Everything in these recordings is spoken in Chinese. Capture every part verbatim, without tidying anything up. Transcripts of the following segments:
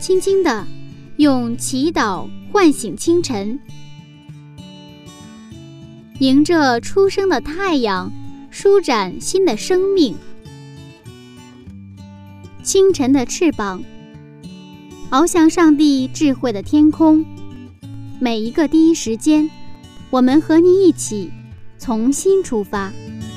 轻轻地用祈祷唤醒清晨，迎着初升的太阳，舒展新的生命。清晨的翅膀翱翔上帝智慧的天空，每一个第一时间，我们和你一起重新出发。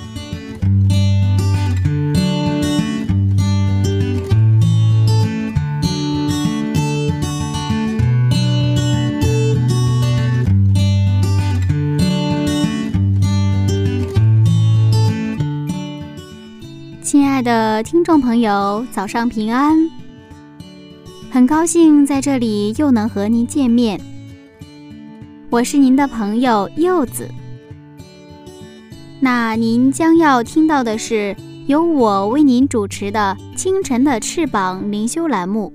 亲爱的听众朋友，早上平安！很高兴在这里又能和您见面，我是您的朋友柚子。那您将要听到的是由我为您主持的清晨的翅膀灵修栏目。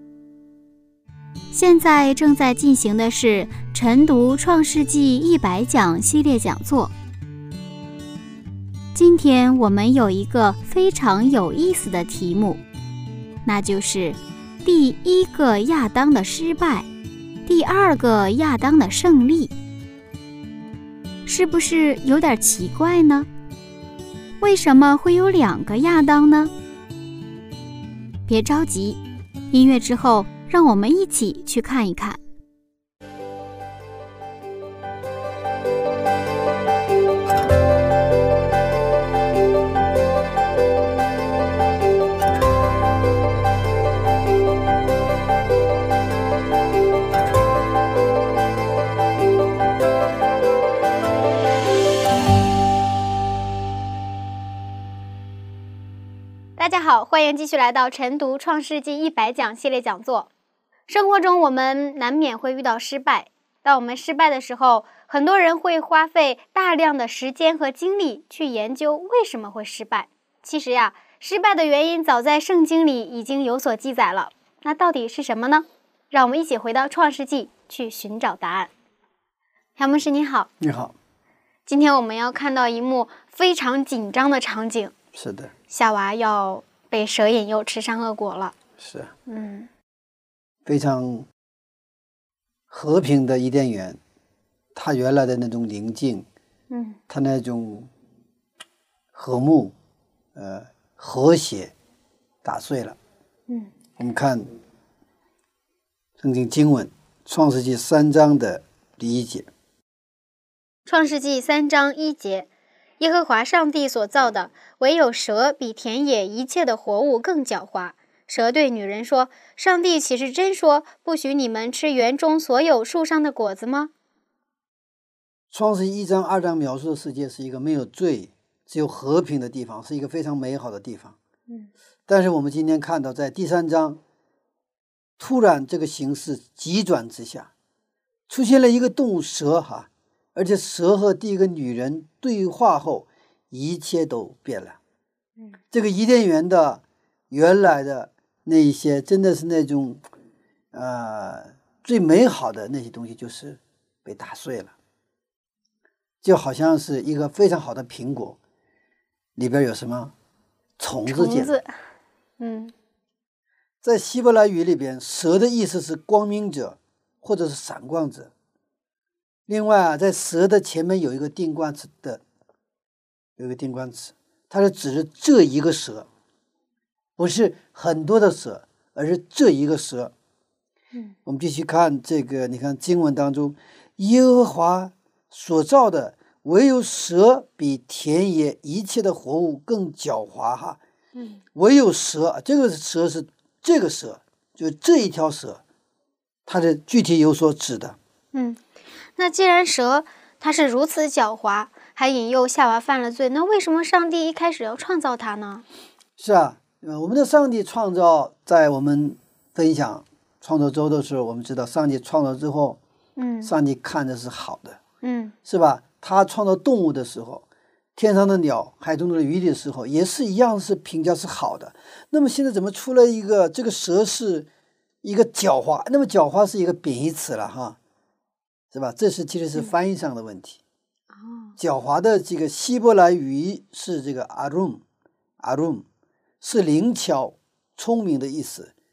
现在正在进行的是晨读创世纪一百讲系列讲座。今天我们有一个非常有意思的题目，那就是第一个亚当的失败，第二个亚当的胜利。是不是有点奇怪呢？为什么会有两个亚当呢？别着急，音乐之后让我们一起去看一看。大家好，欢迎继续来到晨读创世纪一百讲系列讲座。生活中我们难免会遇到失败，当我们失败的时候，很多人会花费大量的时间和精力去研究为什么会失败。其实呀，失败的原因早在圣经里已经有所记载了。那到底是什么呢？让我们一起回到创世纪去寻找答案。杨牧师你好。 你好。 今天我们要看到一幕非常紧张的场景。 是的， 夏娃要被蛇引诱吃善恶果了。 是， 嗯， 非常和平的伊甸园，它原来的那种宁静， 嗯， 它那种和睦，呃，和谐，打碎了。 嗯， 我们看圣经经文，创世纪三章的第一节。 创世纪三章一节。耶和华上帝所造的，唯有蛇比田野一切的活物更狡猾。蛇对女人说：上帝岂是真说，不许你们吃园中所有树上的果子吗？ 创世纪一章二章描述的世界是一个没有罪只有和平的地方，是一个非常美好的地方。 嗯， 但是我们今天看到在第三章，突然这个形势急转直下，出现了一个动物蛇哈，而且蛇和第一个女人对话后，一切都变了。 嗯， 这个伊甸园的原来的那一些，真的是那种，呃，最美好的那些东西，就是被打碎了，就好像是一个非常好的苹果，里边有什么虫子进来。 虫子，嗯， 在希伯来语里边，蛇的意思是光明者或者是闪光者。另外啊，在蛇的前面有一个定冠词的，有一个定冠词，它是指着这一个蛇，不是很多的蛇，而是这一个蛇。 嗯， 我们继续看这个，你看经文当中，耶和华所造的，唯有蛇比田野一切的活物更狡猾哈。 嗯， 唯有蛇，这个蛇是这个蛇，就这一条蛇，它的具体有所指的。 嗯，那既然蛇它是如此狡猾，还引诱夏娃犯了罪，那为什么上帝一开始要创造它呢？ 是啊，我们的上帝创造，在我们分享创造周的时候，我们知道上帝创造之后， 嗯， 上帝看的是好的， 嗯， 是吧？他创造动物的时候，天上的鸟、海中的鱼的时候，也是一样，是评价是好的。那么现在怎么出来一个这个蛇是一个狡猾？那么狡猾是一个贬义词了哈，是吧？这是其实是翻译上的问题。 哦， 狡猾的这个希伯来语是这个 arum，arum 是灵巧、聪明的意思。我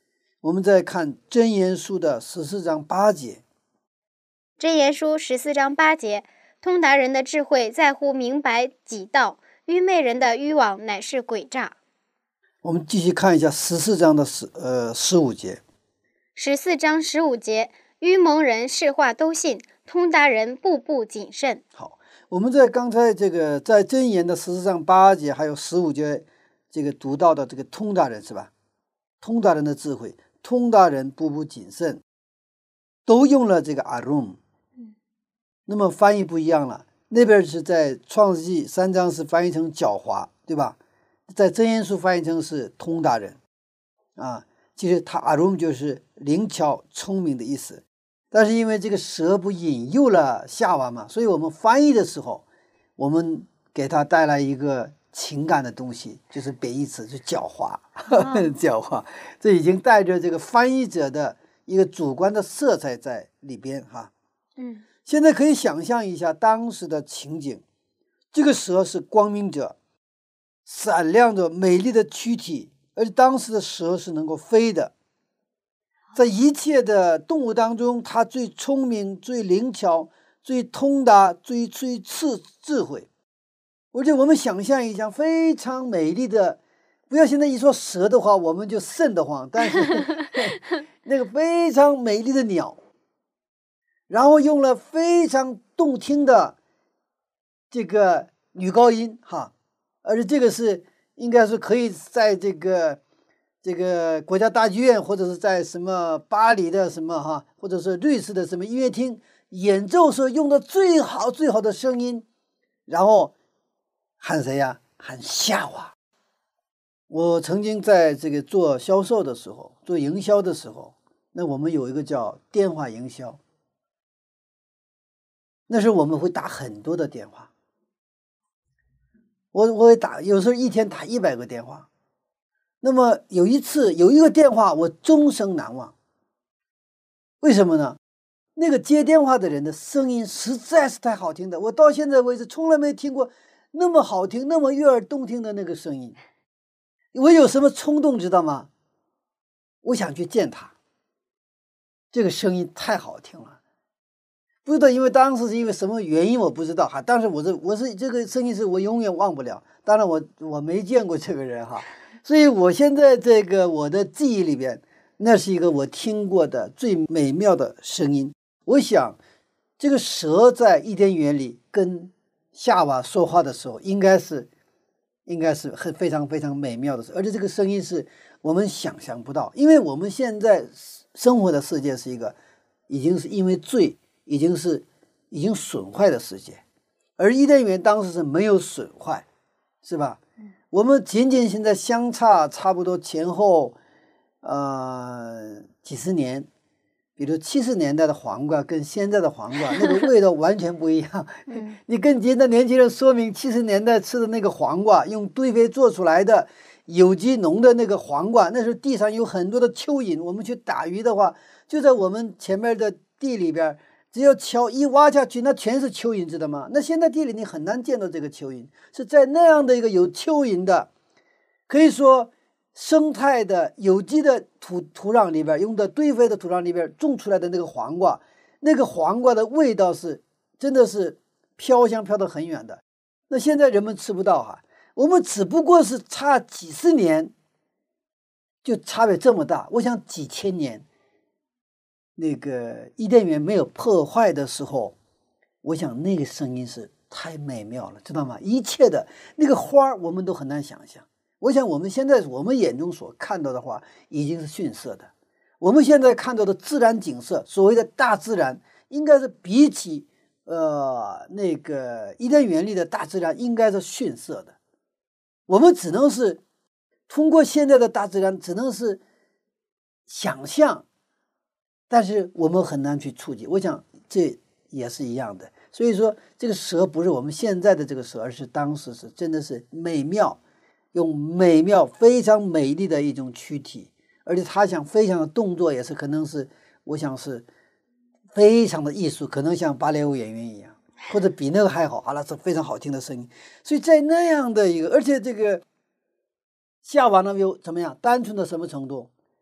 我们再看箴言书的十四章八节。 箴言书十四章八节，通达人的智慧在乎明白己道，愚昧人的愚妄乃是诡诈。 我们继续看一下十四章的十呃十五节。 十四章十五节，愚蒙人是话都信，通达人步步谨慎。 好，我们在刚才这个在箴言的十四章八节还有十五节这个读到的这个通达人是吧？通达人的智慧，通达人步步谨慎，都用了这个 arum。那么翻译不一样了，那边是在创世纪三章是翻译成狡猾，对吧？在箴言书翻译成是通达人啊。其实它 arum 就是灵巧聪明的意思，但是因为这个蛇不引诱了夏娃嘛，所以我们翻译的时候，我们给它带来一个情感的东西，就是贬义词，就狡猾，哦、狡猾，这已经带着这个翻译者的一个主观的色彩在里边哈。 嗯， 现在可以想象一下当时的情景，这个蛇是光明者，闪亮着美丽的躯体。而且当时的蛇是能够飞的，在一切的动物当中，它最聪明、最灵巧、最通达、最最智智慧。而且我们想象一下，非常美丽的，不要现在一说蛇的话，我们就瘆得慌。但是那个非常美丽的鸟，然后用了非常动听的这个女高音哈，而且这个是。应该是可以在这个这个国家大剧院，或者是在什么巴黎的什么哈，或者是瑞士的什么音乐厅演奏时候用的最好最好的声音，然后喊谁呀？喊夏娃。我曾经在这个做销售的时候，做营销的时候，那我们有一个叫电话营销，那时候我们会打很多的电话。我我会打，有时候一天打一百个电话。那么有一次有一个电话我终生难忘，为什么呢？那个接电话的人的声音实在是太好听的，我到现在为止从来没听过那么好听、那么悦耳动听的那个声音。我有什么冲动知道吗？我想去见他，这个声音太好听了。不知道，因为当时是因为什么原因我不知道哈，但是我是我是这个声音是我永远忘不了。当然我我没见过这个人哈，所以我现在这个我的记忆里边，那是一个我听过的最美妙的声音。我想，这个蛇在伊甸园里跟夏娃说话的时候，应该是应该是很非常非常美妙的事，而且这个声音是我们想象不到，因为我们现在生活的世界是一个已经是因为罪。已经是已经损坏的世界，而伊甸园当时是没有损坏，是吧？嗯、我们仅仅现在相差差不多前后呃几十年，比如七十年代的黄瓜跟现在的黄瓜那个味道完全不一样。嗯、你跟现在年轻人说明七十年代吃的那个黄瓜用堆肥做出来的有机农的那个黄瓜，那时候地上有很多的蚯蚓，我们去打鱼的话，就在我们前面的地里边。只要锹一挖下去，那全是蚯蚓，知道吗？那现在地里你很难见到这个蚯蚓，是在那样的一个有蚯蚓的，可以说生态的有机的土土壤里边，用的堆肥的土壤里边种出来的那个黄瓜，那个黄瓜的味道是真的是飘香飘得很远的。那现在人们吃不到哈，我们只不过是差几十年，就差别这么大。我想几千年。那个伊甸园没有破坏的时候，我想那个声音是太美妙了，知道吗？一切的那个花我们都很难想象。我想我们现在我们眼中所看到的话已经是逊色的。我们现在看到的自然景色，所谓的大自然，应该是比起呃那个伊甸园里的大自然应该是逊色的。我们只能是通过现在的大自然，只能是想象。但是我们很难去触及，我想这也是一样的。所以说，这个蛇不是我们现在的这个蛇，而是当时是真的是美妙，用美妙非常美丽的一种躯体，而且它想飞翔的动作也是可能是，我想是非常的艺术，可能像芭蕾舞演员一样，或者比那个还好。好了，是非常好听的声音。所以在那样的一个，而且这个夏娃呢又怎么样？单纯的什么程度？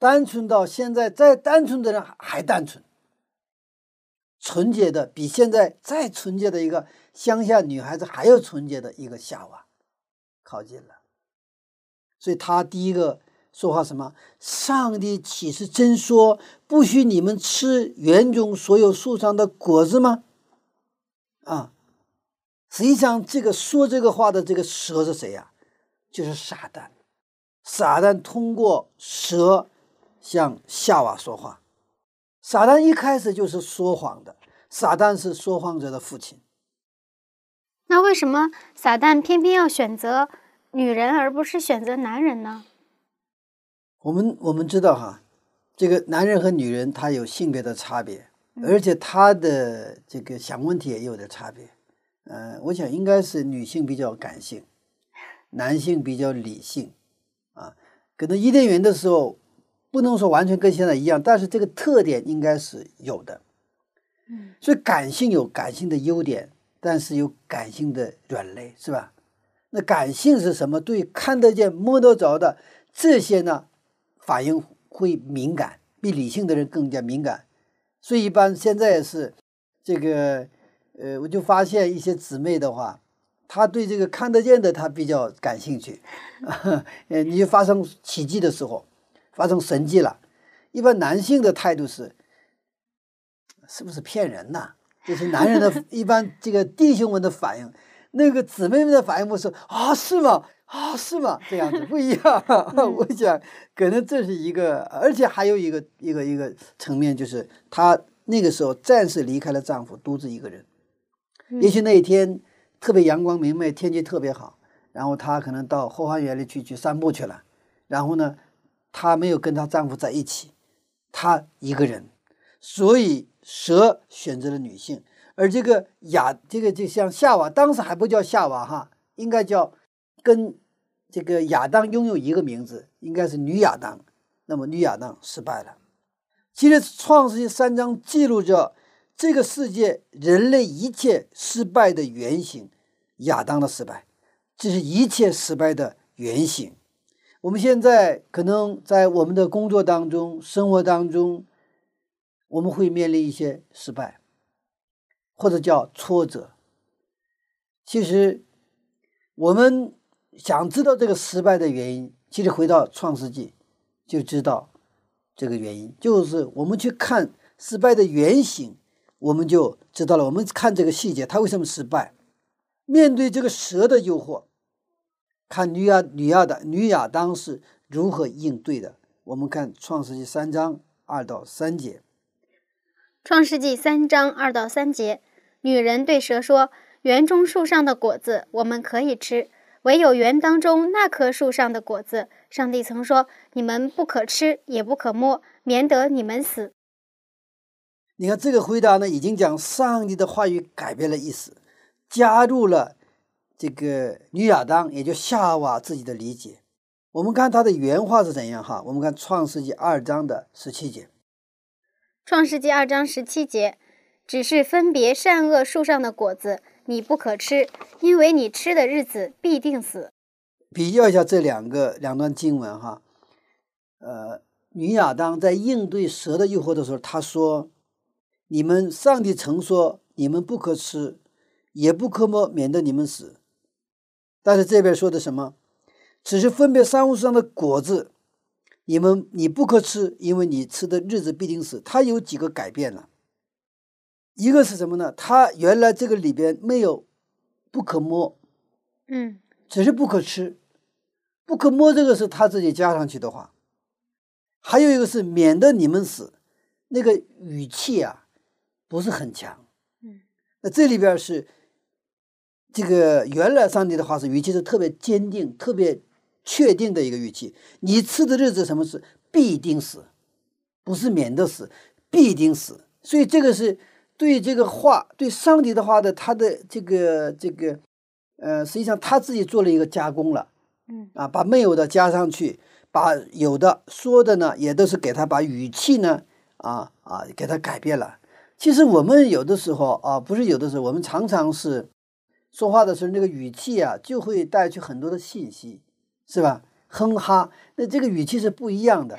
单纯到现在再单纯的人还单纯，纯洁的比现在再纯洁的一个乡下女孩子还要纯洁的一个夏娃靠近了。所以他第一个说话什么？上帝岂是真说不许你们吃园中所有树上的果子吗？啊，实际上这个说这个话的这个蛇是谁呀、啊？就是撒旦。撒旦通过蛇向夏娃说话。撒旦一开始就是说谎的，撒旦是说谎者的父亲。 那为什么撒旦偏偏要选择女人而不是选择男人呢？ 我们我们知道哈，这个男人和女人他有性别的差别，而且他的这个想问题也有点差别。呃，我想应该是女性比较感性，男性比较理性啊。可能伊甸园的时候不能说完全跟现在一样，但是这个特点应该是有的。 嗯， 所以感性有感性的优点，但是有感性的软肋，是吧？那感性是什么？对看得见摸得着的这些呢，反应会敏感，比理性的人更加敏感。所以一般现在也是这个呃，我就发现一些姊妹的话，她对这个看得见的她比较感兴趣呃，你就发生奇迹的时候，发生神迹了，一般男性的态度是是不是骗人呐？就是男人的一般这个弟兄们的反应，那个姊妹们的反应不是啊，是吗？啊，是吗？这样子不一样。我想可能这是一个，而且还有一个一个一个层面，就是她那个时候暂时离开了丈夫，独自一个人。也许那一天特别阳光明媚，天气特别好，然后她可能到后花园里去去散步去了。然后呢，她没有跟她丈夫在一起，她一个人，所以蛇选择了女性。而这个亚，这个就像夏娃，当时还不叫夏娃哈，应该叫跟这个亚当拥有一个名字，应该是女亚当。那么女亚当失败了。其实创世纪三章记录着这个世界人类一切失败的原型，亚当的失败，这是一切失败的原型。我们现在可能在我们的工作当中、生活当中，我们会面临一些失败，或者叫挫折。其实我们想知道这个失败的原因，其实回到创世纪就知道这个原因，就是我们去看失败的原型，我们就知道了。我们看这个细节，他为什么失败？面对这个蛇的诱惑，看女亚女亚当女亚当是如何应对的。我们看创世纪三章二到三节。 创世纪三章二到三节，女人对蛇说：“园中树上的果子我们可以吃，唯有园当中那棵树上的果子，上帝曾说你们不可吃，也不可摸，免得你们死。” 你看这个回答呢，已经将上帝的话语改变了意思，加入了这个女亚当，也就夏娃自己的理解。我们看他的原话是怎样哈？我们看创世纪二章的十七节。 创世纪二章十七节，只是分别善恶树上的果子，你不可吃，因为你吃的日子必定死。 比较一下这两个两段经文哈，呃，女亚当在应对蛇的诱惑的时候，她说：“你们上帝曾说你们不可吃，也不可摸，免得你们死。”但是这边说的什么？只是分别善恶树上的果子，你们你不可吃，因为你吃的日子必定死。它有几个改变了，一个是什么呢？它原来这个里边没有不可摸， 嗯， 只是不可吃。不可摸这个是他自己加上去的话。还有一个是免得你们死，那个语气啊不是很强。 嗯， 那这里边是这个原来上帝的话是语气是特别坚定、特别确定的一个语气。你吃的日子什么事必定死，不是免得死，必定死。所以这个是对这个话，对上帝的话的他的这个这个呃，实际上他自己做了一个加工了。 嗯啊，把没有的加上去，把有的说的呢，也都是给他把语气呢，啊啊，给他改变了。其实我们有的时候啊，不是有的时候，我们常常是说话的时候，那个语气啊，就会带去很多的信息，是吧？哼哈，那这个语气是不一样的。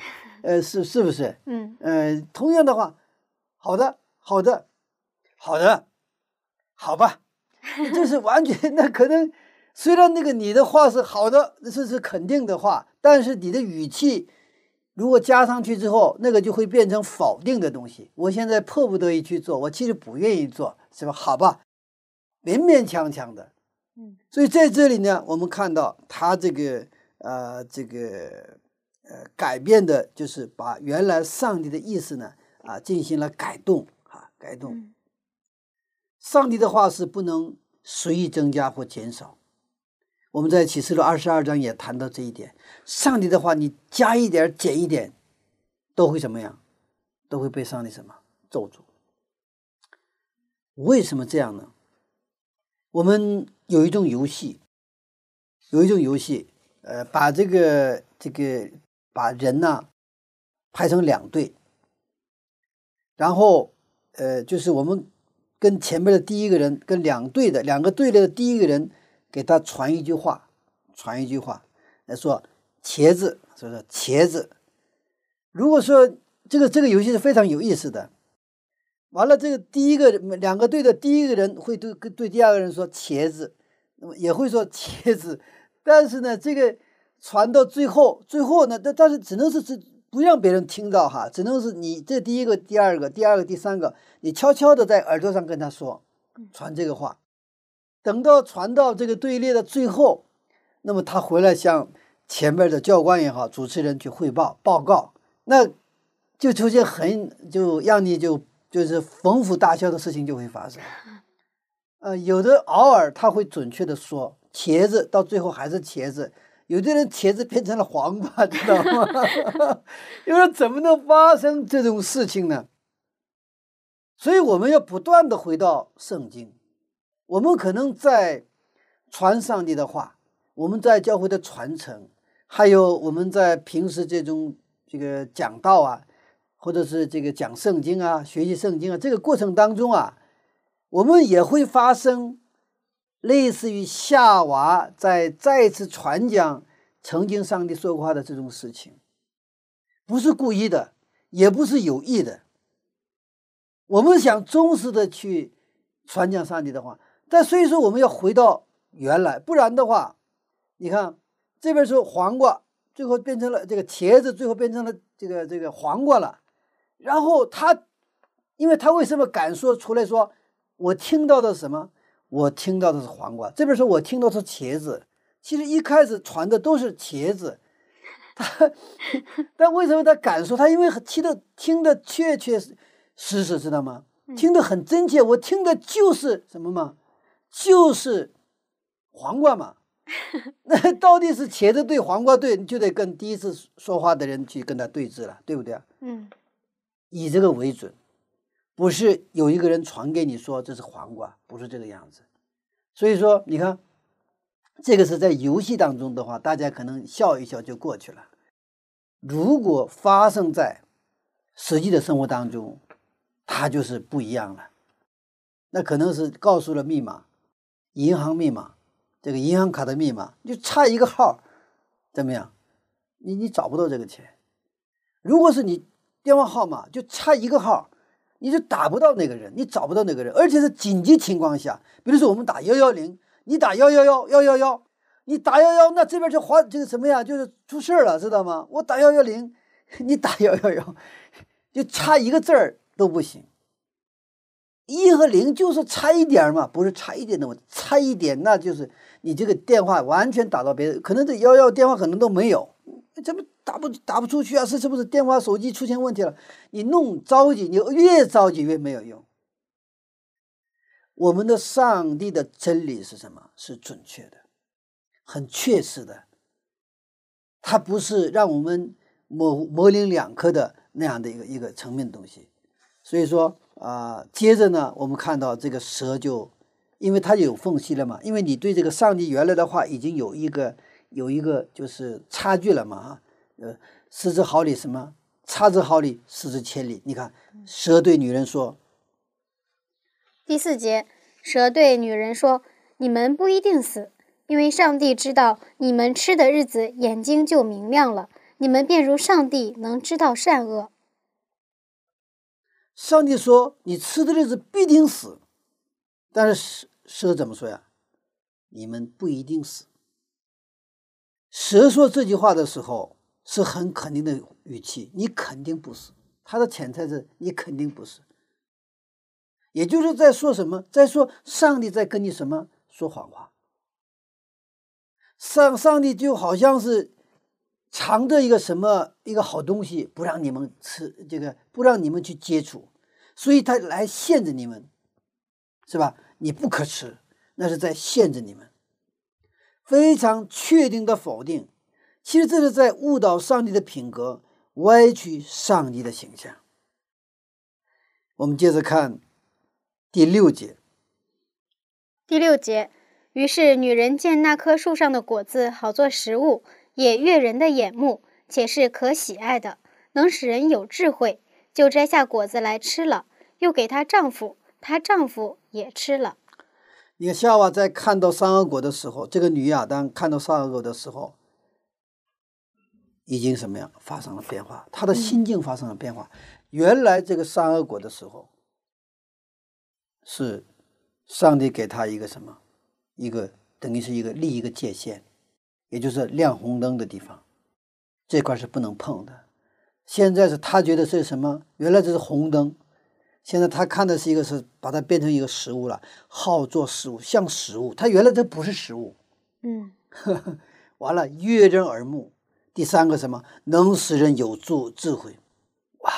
呃，是是不是？ 嗯， 呃，同样的话，好的，好的，好的，好吧，就是完全那可能，虽然那个你的话是好的，这是肯定的话，但是你的语气如果加上去之后，那个就会变成否定的东西。我现在迫不得已去做，我其实不愿意做，是吧？好吧，勉勉强强的。 嗯， 所以在这里呢，我们看到他这个呃这个呃改变的，就是把原来上帝的意思呢啊进行了改动啊改动。 嗯， 上帝的话是不能随意增加或减少。我们在启示录二十二章也谈到这一点。上帝的话，你加一点减一点，都会怎么样？都会被上帝什么咒诅？为什么这样呢？我们有一种游戏，有一种游戏，呃，把这个这个把人呢排成两队，然后呃，就是我们跟前面的第一个人，跟两队的两个队的第一个人，给他传一句话，传一句话，来说茄子，说说茄子。如果说这个这个游戏是非常有意思的。完了，这个第一个两个队的第一个人会对对第二个人说茄子，那么也会说茄子，但是呢，这个传到最后，最后呢，但但是只能是是不让别人听到哈，只能是你这第一个、第二个、第二个、第三个，你悄悄的在耳朵上跟他说，传这个话。等到传到这个队列的最后，那么他回来向前面的教官也好，主持人去汇报报告，那就出现很就让你就。就是逢府大笑的事情就会发生，呃，有的偶尔他会准确的说茄子，到最后还是茄子。有的人茄子变成了黄瓜，知道吗？因为怎么能发生这种事情呢？所以我们要不断的回到圣经。我们可能在传上帝的话，我们在教会的传承，还有我们在平时这种这个讲道啊。或者是这个讲圣经啊，学习圣经啊，这个过程当中啊，我们也会发生类似于夏娃在再次传讲曾经上帝说过话的这种事情，不是故意的，也不是有意的。我们想忠实的去传讲上帝的话，但所以说我们要回到原来，不然的话，你看这边说黄瓜，最后变成了这个茄子，最后变成了这个这个黄瓜了。然后他，因为他为什么敢说出来说，我听到的什么？我听到的是黄瓜。这边说我听到的是茄子。其实一开始传的都是茄子，他，但为什么他敢说？他因为听的听的确确实实，知道吗？听得很真切。我听的就是什么嘛？就是黄瓜嘛。那到底是茄子对黄瓜对，你就得跟第一次说话的人去跟他对峙了，对不对啊？ 嗯。 以这个为准，不是有一个人传给你说这是黄瓜，不是这个样子。所以说，你看，这个是在游戏当中的话，大家可能笑一笑就过去了。如果发生在实际的生活当中，它就是不一样了。那可能是告诉了密码，银行密码，这个银行卡的密码，就差一个号，怎么样？你你找不到这个钱。如果是你电话号码就差一个号，你就打不到那个人，你找不到那个人，而且是紧急情况下，比如说我们打幺幺零，你打幺幺幺幺幺幺，你打幺幺，那这边就划这个什么呀，就是出事了，知道吗？我打幺幺零，你打幺幺幺，就差一个字儿都不行。一和零就是差一点嘛，不是差一点的问题，差一点那就是你这个电话完全打到别人，可能这幺幺电话可能都没有。怎么打不打不出去啊？是是不是电话手机出现问题了？你弄着急，你越着急越没有用。我们的上帝的真理是什么？是准确的，很确实的。它不是让我们模模棱两可的那样的一个一个层面的东西。所以说啊、呃，接着呢，我们看到这个蛇就，因为它有缝隙了嘛，因为你对这个上帝原来的话已经有一个。有一个就是差距了嘛，哈，呃，失之毫厘什么？差之毫厘，失之千里。你看，蛇对女人说， 第四节，蛇对女人说：“你们不一定死，因为上帝知道你们吃的日子眼睛就明亮了， 你们便如上帝能知道善恶。 上帝说你吃的日子必定死，但是蛇怎么说呀？你们不一定死。蛇说这句话的时候是很肯定的语气，你肯定不死。他的潜台词你肯定不死，也就是在说什么？在说上帝在跟你什么说谎话。上上帝就好像是藏着一个什么一个好东西，不让你们吃，这个不让你们去接触，所以他来限制你们，是吧？你不可吃，那是在限制你们。非常确定的否定，其实这是在误导上帝的品格，歪曲上帝的形象。我们接着看第六节。 第六节，于是女人见那棵树上的果子好做食物，也悦人的眼目，且是可喜爱的，能使人有智慧，就摘下果子来吃了，又给她丈夫，她丈夫也吃了。 你看夏娃在看到善恶果的时候，这个女亚当看到善恶果的时候，已经什么样发生了变化，她的心境发生了变化。嗯、原来这个善恶果的时候，是上帝给她一个什么，一个等于是一个立一个界限，也就是亮红灯的地方，这块是不能碰的。现在是她觉得是什么？原来这是红灯。现在他看的是一个是把它变成一个食物了，好做食物，像食物。他原来这不是食物， 嗯， 完了悦人耳目。第三个什么？能使人有助智慧。哇！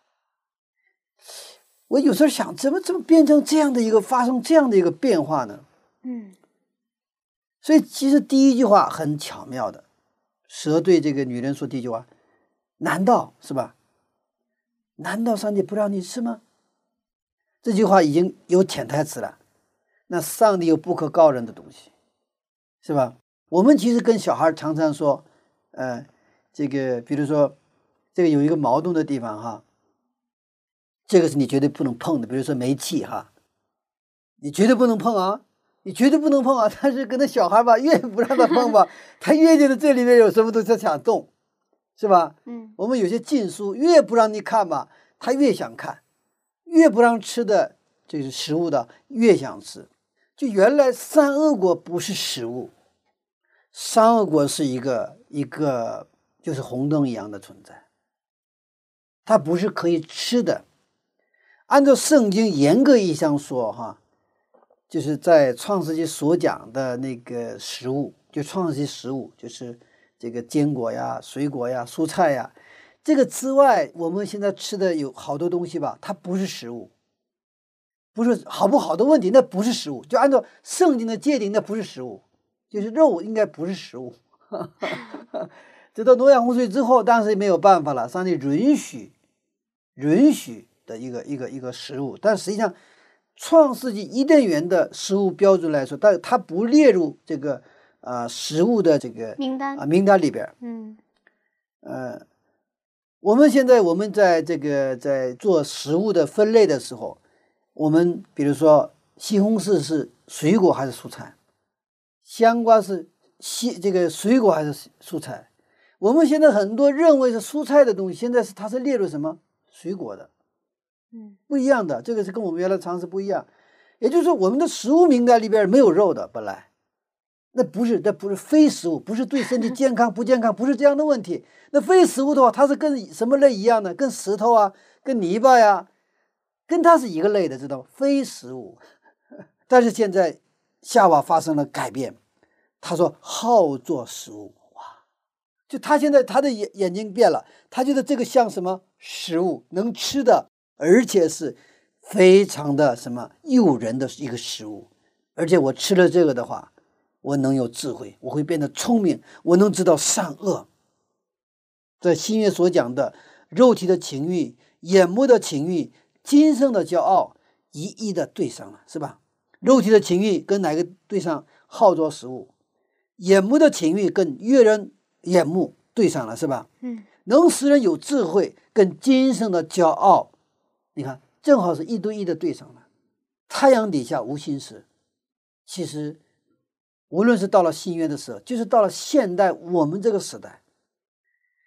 我有时候想，怎么怎么变成这样的一个发生这样的一个变化呢？ 嗯， 所以其实第一句话很巧妙的，蛇对这个女人说第一句话，难道是吧？难道上帝不让你吃吗？这句话已经有潜台词了，那上帝有不可告人的东西，是吧？我们其实跟小孩常常说，呃，这个比如说，这个有一个矛盾的地方哈，这个是你绝对不能碰的，比如说煤气哈，你绝对不能碰啊，你绝对不能碰啊。但是跟那小孩吧，越不让他碰吧，他越觉得这里面有什么东西他想动，是吧？ 嗯， 我们有些禁书越不让你看吧，他越想看。越不让吃的就是食物的越想吃。就原来善恶果不是食物，善恶果是一个一个就是红灯一样的存在，它不是可以吃的。按照圣经严格意义上说哈，就是在创世纪所讲的那个食物，就创世纪食物就是这个坚果呀、水果呀、蔬菜呀，这个之外，我们现在吃的有好多东西吧，它不是食物，不是好不好的问题，那不是食物。就按照圣经的界定，那不是食物，就是肉应该不是食物。直到诺亚洪水之后，当时也没有办法了，上帝允许允许的一个一个一个食物，但实际上，创世纪伊甸园的食物标准来说，但它不列入这个啊、呃、食物的这个名单啊、呃、名单里边。 嗯， 呃。我们现在我们在这个在做食物的分类的时候，我们比如说西红柿是水果还是蔬菜，香瓜是西这个水果还是蔬菜，我们现在很多认为是蔬菜的东西，现在是它是列入什么水果的， 嗯， 不一样的，这个是跟我们原来常识不一样。也就是说，我们的食物名单里边没有肉的，本来。那不是，那不是非食物，不是对身体健康不健康，不是这样的问题。那非食物的话，它是跟什么类一样的？跟石头啊，跟泥巴呀，跟它是一个类的，知道吗？非食物。但是现在夏娃发生了改变，他说好做食物，哇！就他现在他的眼眼睛变了，他觉得这个像什么食物，能吃的，而且是非常的什么诱人的一个食物，而且我吃了这个的话。我能有智慧，我会变得聪明，我能知道善恶。在新约所讲的肉体的情欲、眼目的情欲、今生的骄傲，一一的对上了，是吧？肉体的情欲跟哪个对上？好做食物。眼目的情欲跟悦人眼目对上了，是吧？ 嗯， 能使人有智慧跟今生的骄傲，你看正好是一对一的对上了。太阳底下无心事，其实。无论是到了新约的时候，就是到了现代我们这个时代，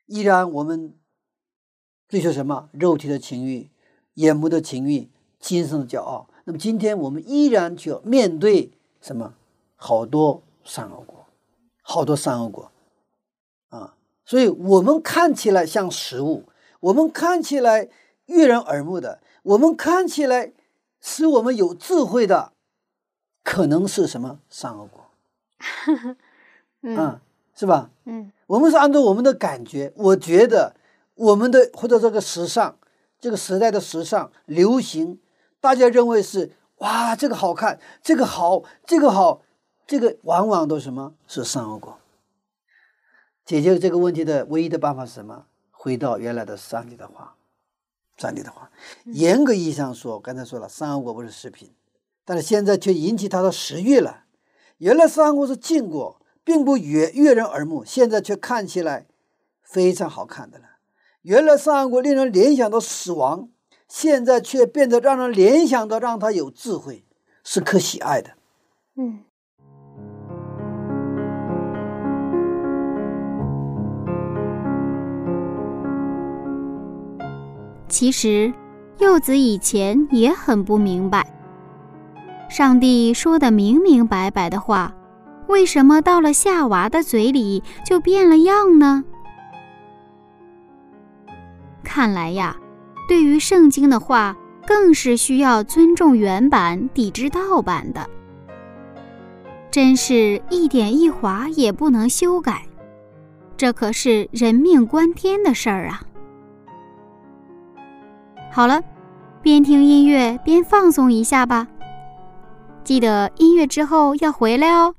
依然我们追求什么？肉体的情欲、眼目的情欲、今生的骄傲。那么今天我们依然就要面对什么？好多善恶果，好多善恶果啊！所以我们看起来像食物，我们看起来悦人耳目的，我们看起来使我们有智慧的，可能是什么善恶果？ 嗯、 啊，是吧？ 嗯， 我们是按照我们的感觉，我觉得我们的或者这个时尚，这个时代的时尚流行，大家认为是哇，这个好看，这个好，这个好，这个往往都是什么？是善恶果。解决这个问题的唯一的办法是什么？回到原来的上帝的话，上帝的话。严格意义上说，刚才说了，善恶果不是食品，但是现在却引起他的食欲了。原来善恶果是禁果，并不悦悦人耳目，现在却看起来非常好看的了。原来善恶果令人联想到死亡，现在却变得让人联想到让他有智慧，是可喜爱的。 嗯。其实柚子以前也很不明白，上帝说的明明白白的话，为什么到了夏娃的嘴里就变了样呢？看来呀，对于圣经的话，更是需要尊重原版，抵制盗版的。真是一点一划也不能修改，这可是人命关天的事儿啊！好了，边听音乐边放松一下吧。记得音乐之后要回来哦。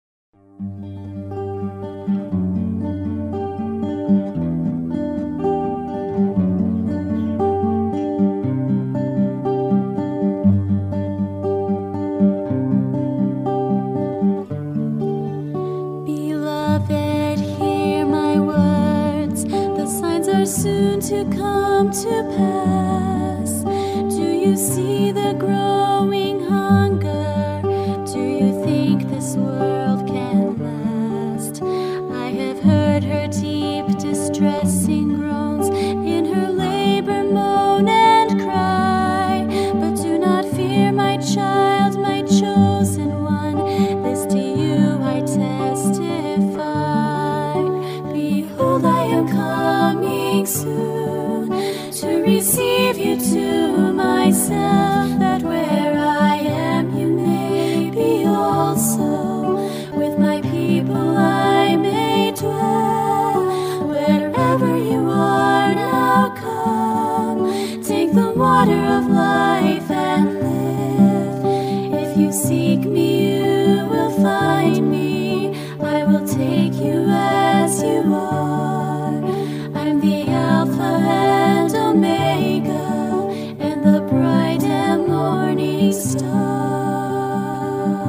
Soon to come to pass. Do you see the growing hunger? Do you think this world can last? I have heard her deep distressing groans, in her labor moan and cry. But do not fear, my child, my chosen one, this to you I testify. Behold, I am coming soon to receive you to myself, that where I am you may be also. With my people I may dwell. Wherever you are now, come, take the water of life and live. If you seek me, you will find me. I will take you as you are. I'm the Alpha and Omega, and the bright and morning star.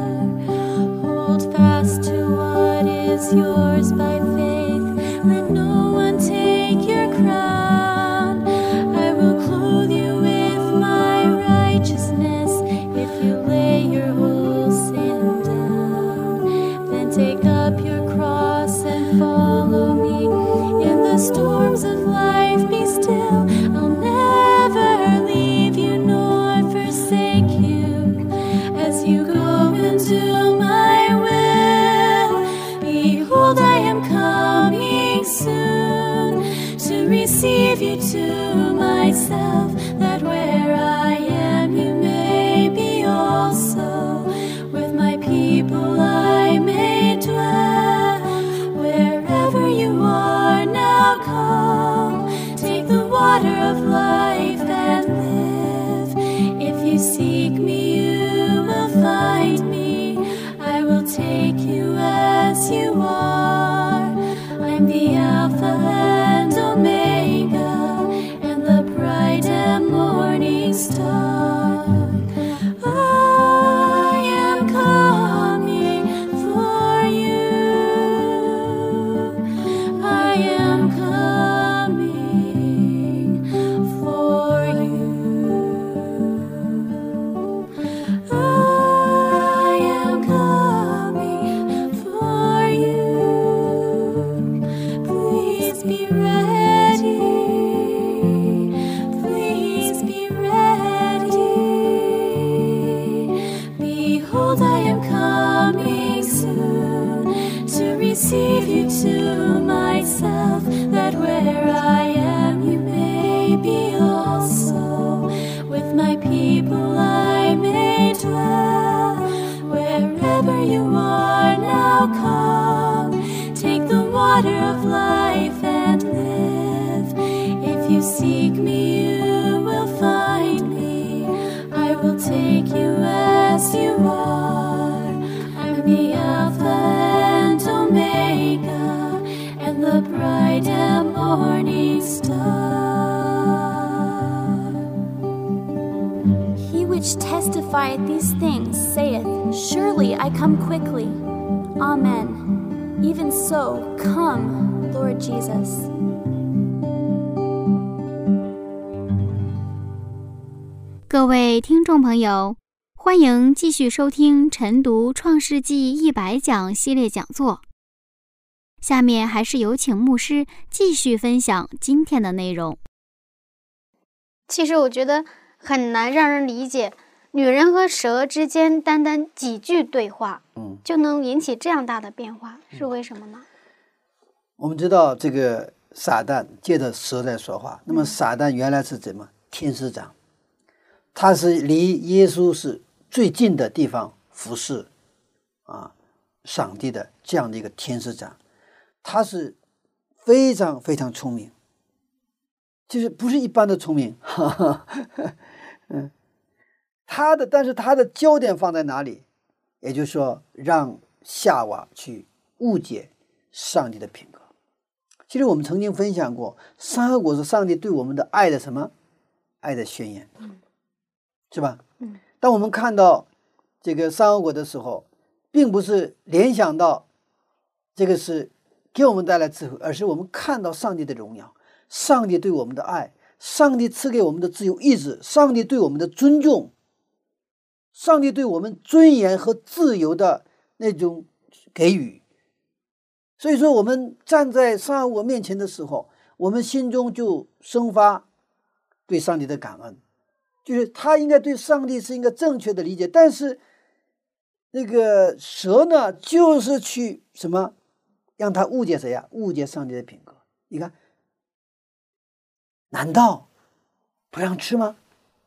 Hold fast to what is yours by faith. Let no one take your crown. I will clothe you with my righteousness if you lay your whole sin down. Then take up your cross and follow me. In the storms of life be still. I'll never leave you nor forsake you as you go into my will. Behold, I am coming soon to receive you to myself, that where I am you may be also. With my people I may dwell. Wherever you are now, come, take the water of life and live. If you seek me, you will find me. I will take you as you are. I'm the Alpha and Omega, and the bright and morning star. I am coming for you. I am coming for you. I am coming for you. Please be seek me, you will find me. I will take you as you are. I'm the Alpha and Omega, and the bright and morning star. He which testifieth these things saith, Surely I come quickly. Amen. Even so, come, Lord Jesus. 各位听众朋友，欢迎继续收听晨读创世纪一百讲系列讲座。下面还是有请牧师继续分享今天的内容。其实我觉得很难让人理解，女人和蛇之间单单几句对话， 嗯， 就能引起这样大的变化，是为什么呢？ 我们知道这个撒旦借着蛇在说话，那么撒旦原来是怎么？天使长，他是离耶稣是最近的地方服侍啊，上帝的这样的一个天使长，他是非常非常聪明，就是不是一般的聪明，哈哈，嗯，他的但是他的焦点放在哪里？也就是说，让夏娃去误解上帝的品格。其实我们曾经分享过，善恶果是上帝对我们的爱的什么？爱的宣言， 嗯， 是吧？ 嗯， 当我们看到这个善恶果的时候，并不是联想到这个是给我们带来智慧，而是我们看到上帝的荣耀，上帝对我们的爱，上帝赐给我们的自由意志，上帝对我们的尊重，上帝对我们尊严和自由的那种给予。所以说我们站在善恶果面前的时候，我们心中就生发对上帝的感恩，就是他应该对上帝是一个正确的理解，但是那个蛇呢，就是去什么让他误解谁呀？误解上帝的品格。你看，难道不让吃吗？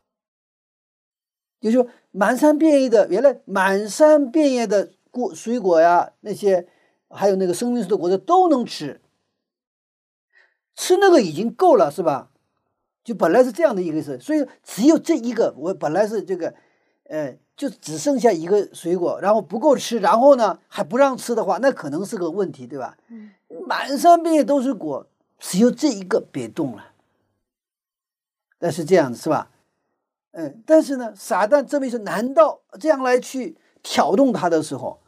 就是说满山遍野的，原来满山遍野的果水果呀，那些还有那个生命树的果子都能吃，吃那个已经够了，是吧？就本来是这样的一个事，所以只有这一个，我本来是这个，呃，就只剩下一个水果，然后不够吃，然后呢还不让吃的话，那可能是个问题，对吧？ 嗯， 满山遍野都是果，只有这一个别动了。但是这样子是吧？嗯，但是呢，撒旦这么一说，难道这样来去挑动他的时候，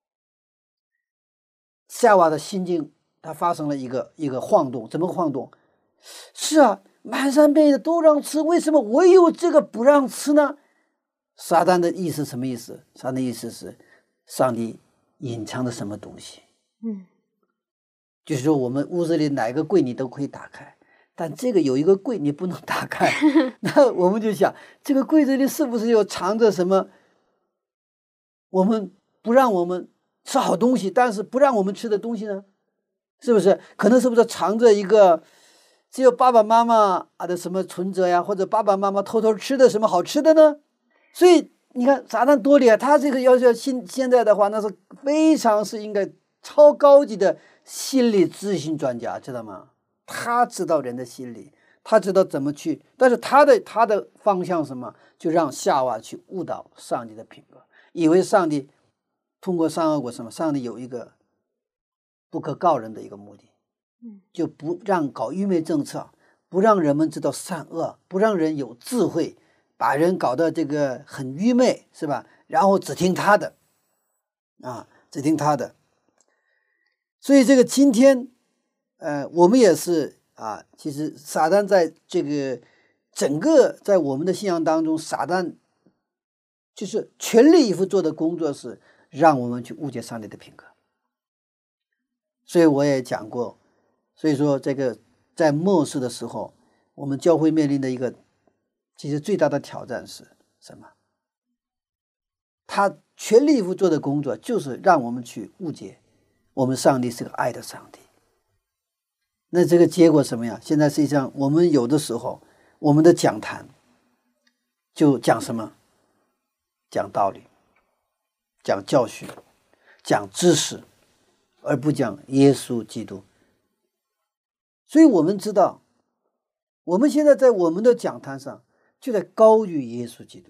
夏娃的心境它发生了一个一个晃动，怎么晃动？是啊，满山遍野的都让吃，为什么唯有这个不让吃呢？撒旦的意思什么意思？撒旦的意思是上帝隐藏的什么东西？ 嗯， 就是说我们屋子里哪个柜你都可以打开，但这个有一个柜你不能打开，那我们就想，这个柜子里是不是有藏着什么？我们不让我们吃好东西，但是不让我们吃的东西呢？是不是？可能是不是藏着一个只有爸爸妈妈啊的什么存折呀，或者爸爸妈妈偷偷吃的什么好吃的呢？所以你看撒旦多厉害，他这个要是现现在的话，那是非常是应该超高级的心理咨询专家，知道吗？他知道人的心理，他知道怎么去，但是他的他的方向是什么？就让夏娃去误导上帝的品格，以为上帝通过善恶果什么，上帝有一个不可告人的一个目的，就不让搞愚昧政策，不让人们知道善恶，不让人有智慧，把人搞得这个很愚昧，是吧？然后只听他的，啊，只听他的。所以这个今天，呃，我们也是啊，其实撒旦在这个整个在我们的信仰当中，撒旦就是全力以赴做的工作是让我们去误解上帝的品格。所以我也讲过，所以说这个在末世的时候，我们教会面临的一个其实最大的挑战是什么？他全力以赴做的工作就是让我们去误解我们上帝是个爱的上帝。那这个结果什么呀？现在实际上我们有的时候我们的讲坛就讲什么？讲道理，讲教训，讲知识，而不讲耶稣基督。所以我们知道我们现在在我们的讲坛上就在高举耶稣基督。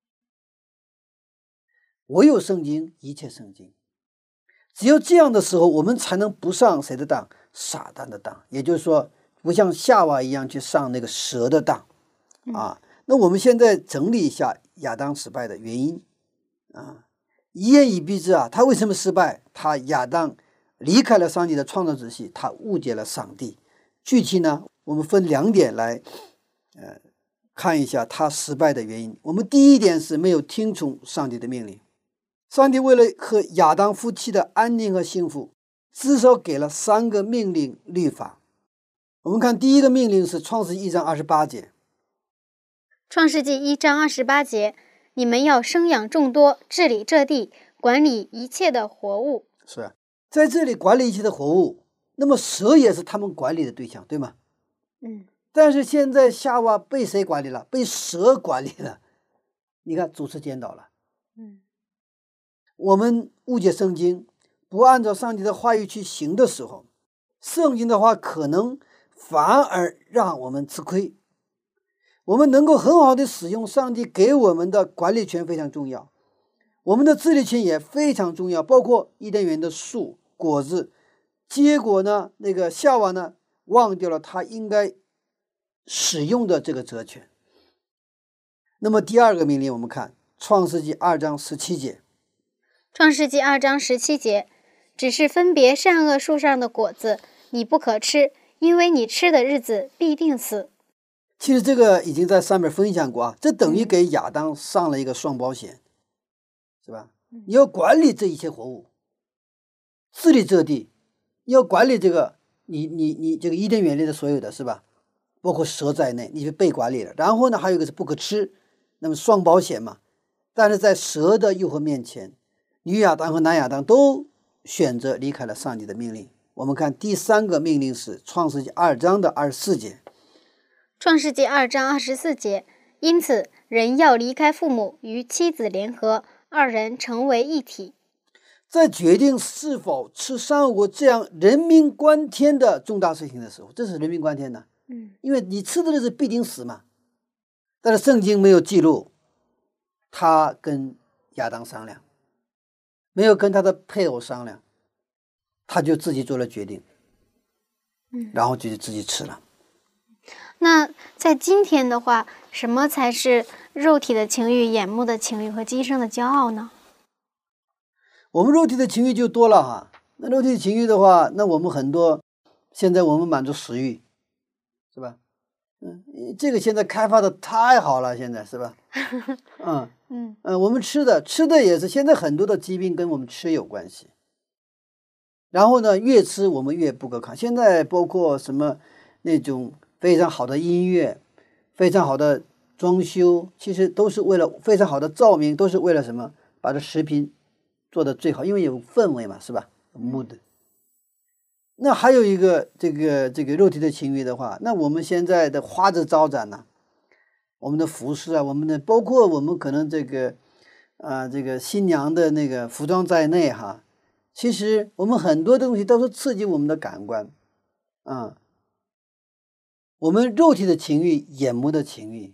我有圣经，一切圣经。只有这样的时候，我们才能不上谁的当？撒旦的当。也就是说，不像夏娃一样去上那个蛇的当啊。那我们现在整理一下亚当失败的原因啊。一言以蔽之啊，他为什么失败？他亚当离开了上帝的创造秩序，他误解了上帝。具体呢，我们分两点来呃看一下他失败的原因。我们第一点是没有听从上帝的命令。上帝为了和亚当夫妻的安宁和幸福，至少给了三个命令律法。我们看第一个命令是创世记一章二十八节。 创世纪一章二十八节，你们要生养众多，治理这地，管理一切的活物。 是在这里管理一切的活物，那么蛇也是他们管理的对象，对吗？ 嗯。 但是现在夏娃被谁管理了？被蛇管理了。你看主次颠倒了。 嗯。 我们误解圣经，不按照上帝的话语去行的时候，圣经的话可能反而让我们吃亏。我们能够很好的使用上帝给我们的管理权非常重要，我们的治理权也非常重要，包括伊甸园的树果子。结果呢，那个夏娃呢忘掉了他应该使用的这个责权。那么第二个命令我们看创世纪二章十七节。 创世纪二章十七节，只是分别善恶树上的果子，你不可吃，因为你吃的日子必定死。 其实这个已经在上面分享过啊，这等于给亚当上了一个双保险，是吧？你要管理这一切活物，治理这地，你要管理这个你你你这个伊甸园里的所有的，是吧？包括蛇在内，你是被管理了。然后呢，还有一个是不可吃，那么双保险嘛。但是在蛇的诱惑面前，女亚当和男亚当都选择离开了上帝的命令。我们看第三个命令是创世纪二章的二十四节。 创世纪二章二十四节，因此人要离开父母，与妻子联合，二人成为一体。 在决定是否吃善恶果这样人命关天的重大事情的时候，这是人命关天的， 嗯， 因为你吃的日子必定死嘛。但是圣经没有记录他跟亚当商量，没有跟他的配偶商量，他就自己做了决定， 嗯， 然后就自己吃了。 那在今天的话，什么才是肉体的情欲、眼目的情欲和今生的骄傲呢？ 我们肉体的情欲就多了哈。那肉体的情欲的话，那我们很多现在我们满足食欲，是吧？嗯，这个现在开发的太好了，现在是吧？嗯嗯嗯，我们吃的吃的也是，现在很多的疾病跟我们吃有关系。然后呢，越吃我们越不可抗。现在包括什么那种非常好的音乐，非常好的装修，其实都是为了非常好的照明，都是为了什么？把这食品做得最好，因为有氛围嘛，是吧 ？mood。那还有一个这个这个肉体的情欲的话，那我们现在的花枝招展呢、啊，我们的服饰啊，我们的包括我们可能这个啊、呃、这个新娘的那个服装在内哈，其实我们很多东西都是刺激我们的感官啊、嗯，我们肉体的情欲、眼目的情欲，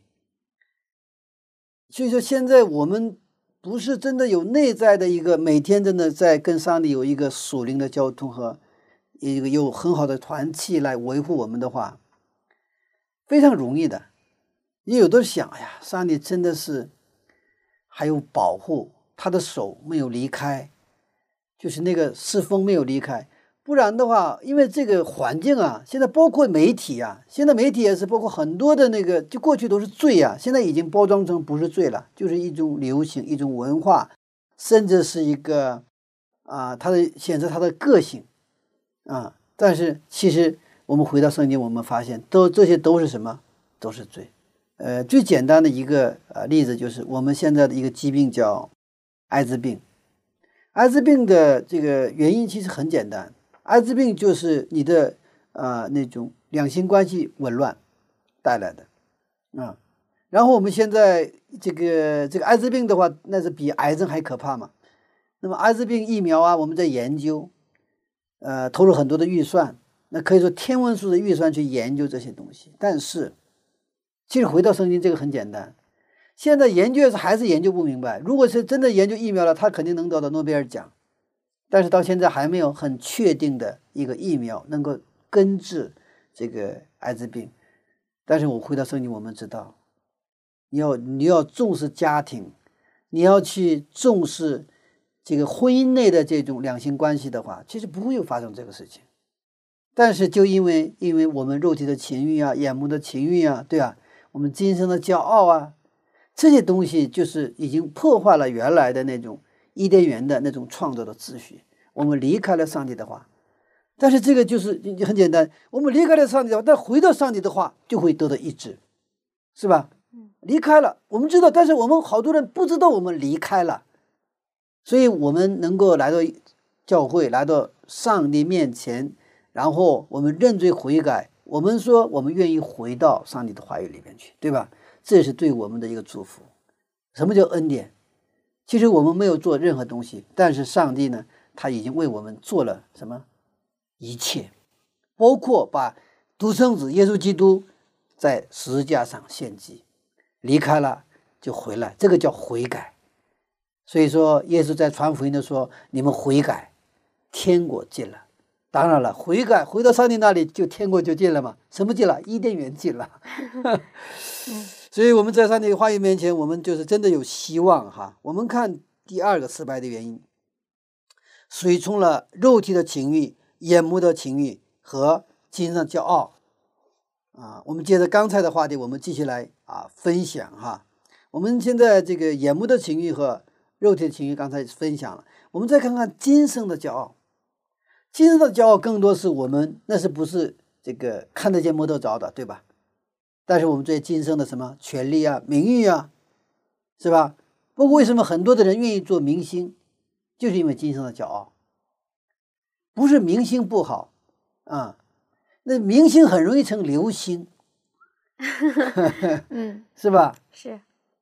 所以说现在我们不是真的有内在的一个每天真的在跟上帝有一个属灵的交通和一个有很好的团契来维护我们的话，非常容易的。你有的想，哎呀，上帝真的是还有保护，他的手没有离开，就是那个侍奉没有离开。不然的话，因为这个环境啊，现在包括媒体啊，现在媒体也是包括很多的那个，就过去都是罪啊，现在已经包装成不是罪了，就是一种流行、一种文化，甚至是一个啊，它的显示它的个性啊。但是其实我们回到圣经，我们发现都这些都是什么？都是罪。呃，最简单的一个呃例子就是我们现在的一个疾病叫艾滋病。艾滋病的这个原因其实很简单。艾滋病就是你的啊、呃、那种两性关系紊乱带来的啊、嗯。然后我们现在这个这个艾滋病的话，那是比癌症还可怕嘛。那么艾滋病疫苗啊，我们在研究，呃，投入很多的预算，那可以说天文数的预算去研究这些东西。但是其实回到圣经这个很简单，现在研究还是研究不明白。如果是真的研究疫苗了，他肯定能得到诺贝尔奖，但是到现在还没有很确定的一个疫苗能够根治这个艾滋病。但是我回到圣经，我们知道，你要你要重视家庭，你要去重视这个婚姻内的这种两性关系的话，其实不会有发生这个事情。但是就因为因为我们肉体的情欲啊，眼目的情欲啊，对啊，我们今生的骄傲啊，这些东西就是已经破坏了原来的那种伊甸园的那种创造的秩序。我们离开了上帝的话，但是这个就是很简单，我们离开了上帝的话，但回到上帝的话就会得到医治，是吧？离开了，我们知道，但是我们好多人不知道我们离开了，所以我们能够来到教会，来到上帝面前，然后我们认罪悔改，我们说我们愿意回到上帝的话语里面去，对吧？这是对我们的一个祝福。什么叫恩典？其实我们没有做任何东西，但是上帝呢，他已经为我们做了什么？一切，包括把独生子耶稣基督在十字架上献祭，离开了就回来，这个叫悔改。所以说耶稣在传福音的说，你们悔改，天国近了。当然了，悔改回到上帝那里，就天国就近了嘛。什么近了？伊甸园近了。所以我们在上帝的话语面前，我们就是真的有希望哈。我们看第二个失败的原因，随从了肉体的情欲、眼目的情欲和精神的骄傲啊。我们接着刚才的话题，我们继续来啊分享哈。我们现在这个眼目的情欲和肉体的情欲刚才分享了，我们再看看今生的骄傲。今生的骄傲更多是我们那是不是这个看得见摸得着的，对吧？但是我们对今生的什么权利啊、名誉啊，是吧？包括为什么很多的人愿意做明星，就是因为今生的骄傲。不是明星不好啊，那明星很容易成流星， 嗯， 是吧？ 是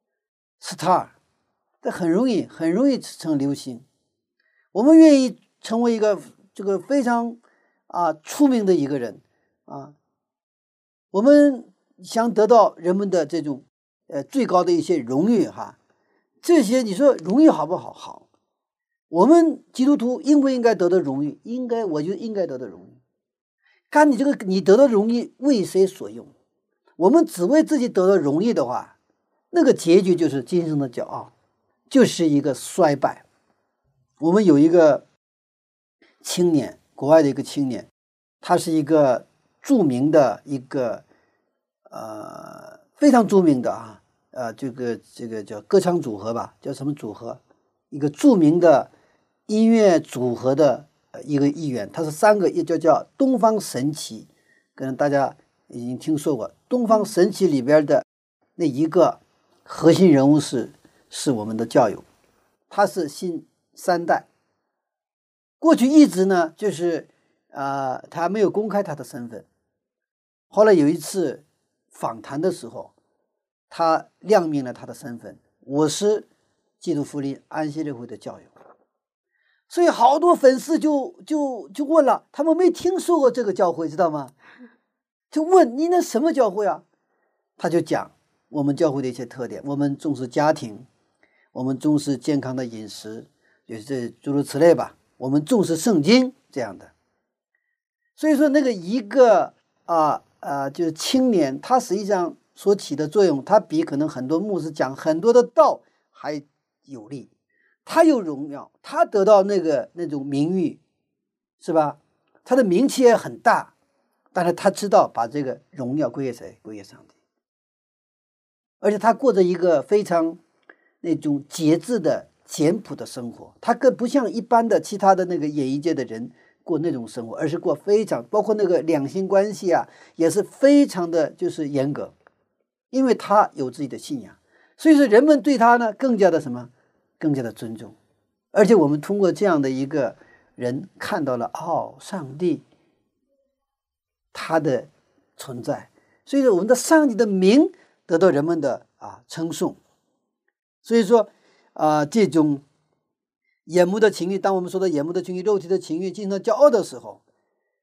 star， 这很容易很容易成流星。我们愿意成为一个这个非常啊出名的一个人啊，我们想得到人们的这种呃最高的一些荣誉哈，这些你说荣誉好不好？好。我们基督徒应不应该得到荣誉？应该，我就应该得到荣誉。看你这个，你得到荣誉为谁所用？我们只为自己得到荣誉的话，那个结局就是今生的骄傲，就是一个衰败。我们有一个青年，国外的一个青年，他是一个著名的一个呃非常著名的啊呃这个这个叫歌唱组合吧，叫什么组合？一个著名的音乐组合的一个艺员，他是三个，也就叫东方神起，可能大家已经听说过。东方神起里边的那一个核心人物是是我们的教友，他是新三代。过去一直呢，就是啊、呃，他没有公开他的身份。后来有一次访谈的时候，他亮明了他的身份，我是基督福音安息日会的教友。所以好多粉丝就就就问了，他们没听说过这个教会，知道吗？就问你那什么教会啊？他就讲我们教会的一些特点，我们重视家庭，我们重视健康的饮食，就是诸如此类吧。我们重视圣经这样的。所以说那个一个啊啊就是青年，他实际上所起的作用，他比可能很多牧师讲很多的道还有力。他有荣耀，他得到那个那种名誉，是吧？他的名气也很大，但是他知道把这个荣耀归给谁？归给上帝。而且他过着一个非常那种节制的简朴的生活，他更不像一般的其他的那个演艺界的人过那种生活，而是过非常包括那个两性关系啊，也是非常的就是严格，因为他有自己的信仰，所以说人们对他呢更加的什么？更加的尊重。而且我们通过这样的一个人看到了哦，上帝他的存在，所以说我们的上帝的名得到人们的啊称颂。所以说啊，这种眼目的情欲，当我们说到眼目的情欲、肉体的情欲、精神的骄傲的时候，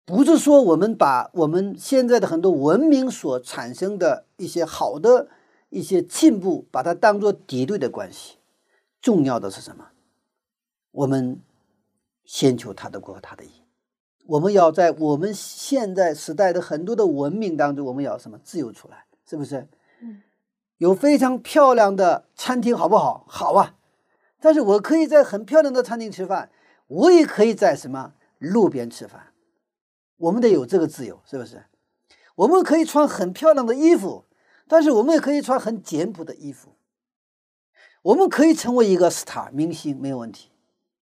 不是说我们把我们现在的很多文明所产生的一些好的一些进步，把它当作敌对的关系。重要的是什么？我们先求他的国和他的义。我们要在我们现在时代的很多的文明当中，我们要什么？自由出来，是不是？ 嗯， 有非常漂亮的餐厅，好不好？好啊。但是我可以在很漂亮的餐厅吃饭，我也可以在什么路边吃饭。我们得有这个自由，是不是？我们可以穿很漂亮的衣服，但是我们也可以穿很简朴的衣服。我们可以成为一个 star 明星，没有问题。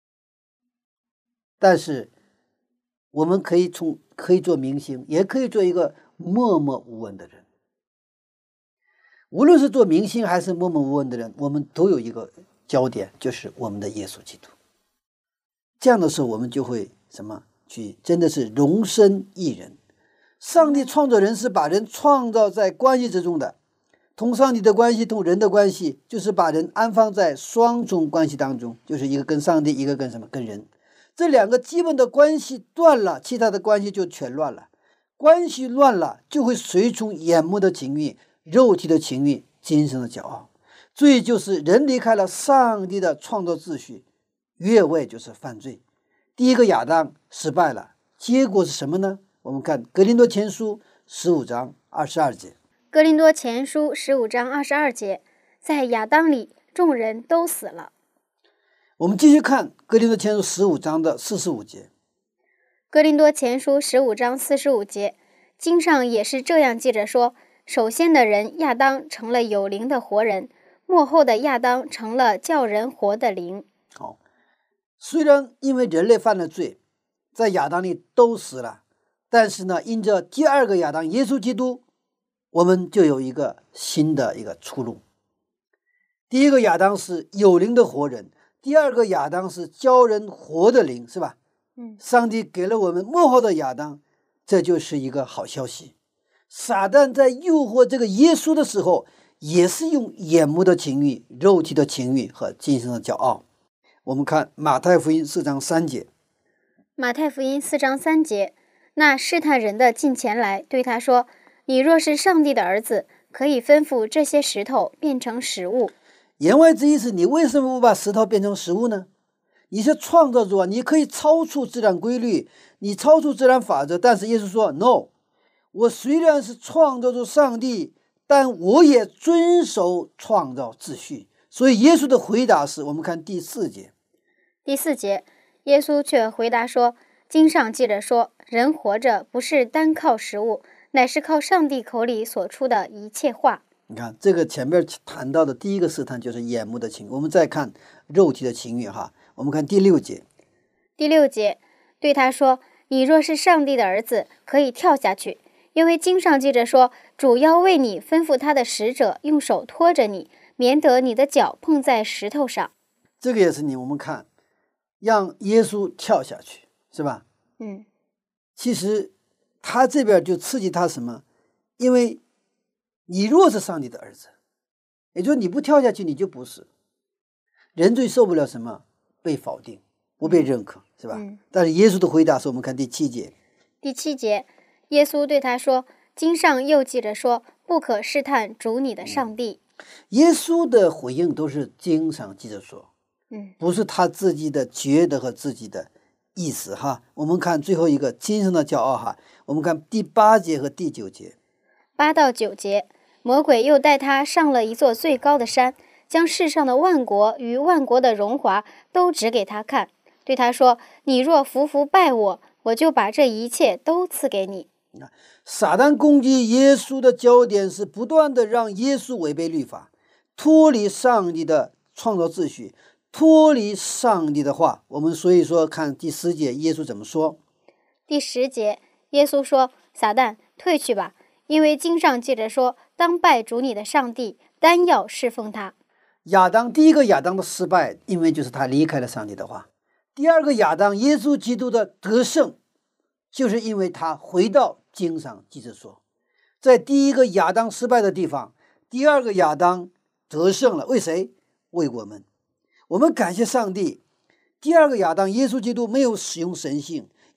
但是我们可以从可以做明星，也可以做一个默默无闻的人。无论是做明星还是默默无闻的人，我们都有一个焦点，就是我们的耶稣基督。这样的时候，我们就会什么？去真的是容身一人。上帝创造人是把人创造在关系之中的，同上帝的关系，同人的关系，就是把人安放在双重关系当中，就是一个跟上帝，一个跟什么？跟人。这两个基本的关系断了，其他的关系就全乱了。关系乱了，就会随从眼目的情欲、肉体的情欲、今生的骄傲。罪就是人离开了上帝的创造秩序，越位就是犯罪。第一个亚当失败了，结果是什么呢？我们看格林多前书十五章二十二节。 格林多前书十五章二十二节，在亚当里众人都死了。 我们继续看格林多前书十五章的四十五节。 格林多前书十五章四十五节，经上也是这样记着说：首先的人亚当成了有灵的活人，末后的亚当成了叫人活的灵。 好，虽然因为人类犯了罪，在亚当里都死了，但是呢，因着第二个亚当耶稣基督，我们就有一个新的一个出路。第一个亚当是有灵的活人，第二个亚当是教人活的灵，是吧？ 嗯， 上帝给了我们末后的亚当，这就是一个好消息。撒旦在诱惑这个耶稣的时候，也是用眼目的情欲、肉体的情欲和今生的骄傲。我们看马太福音四章三节。 马太福音四章三节，那试探人的近前来，对他说：你若是上帝的儿子，可以吩咐这些石头变成食物。 言外之意是，你为什么不把石头变成食物呢？你是创造主啊，你可以超出自然规律，你超出自然法则。但是耶稣说 no， 我虽然是创造主上帝，但我也遵守创造秩序。所以耶稣的回答是，我们看第四节。 第四节，耶稣却回答说：经上记着说，人活着不是单靠食物，乃是靠上帝口里所出的一切话。 你看这个前面谈到的第一个试探就是眼目的情欲，我们再看肉体的情欲哈。我们看第六节。 第六节，对他说：你若是上帝的儿子，可以跳下去，因为经上记着说，主要为你吩咐他的使者用手托着你，免得你的脚碰在石头上。 这个也是你我们看让耶稣跳下去，是吧？ 嗯， 其实他这边就刺激他什么？因为你若是上帝的儿子，也就是你不跳下去，你就不是。人最受不了什么？被否定，不被认可，是吧？ 嗯， 但是耶稣的回答是我们看第七节。 第七节，耶稣对他说：经上又记着说，不可试探主你的上帝。 耶稣的回应都是经上记着说， 嗯， 不是他自己的觉得和自己的意思哈。我们看最后一个今生的骄傲哈，我们看第八节和第九节。 八到九节，魔鬼又带他上了一座最高的山，将世上的万国与万国的荣华都指给他看，对他说：你若服服拜我，我就把这一切都赐给你。 撒旦攻击耶稣的焦点是不断的让耶稣违背律法，脱离上帝的创造秩序，脱离上帝的话。我们所以说看第十节耶稣怎么说。 第十节，耶稣说：撒旦，退去吧，因为经上记着说，当拜主你的上帝，单要侍奉他。 亚当第一个亚当的失败，因为就是他离开了上帝的话。第二个亚当耶稣基督的得胜，就是因为他回到经上记着说，在第一个亚当失败的地方，第二个亚当得胜了。为谁？为我们。我们感谢上帝，第二个亚当耶稣基督没有使用神性，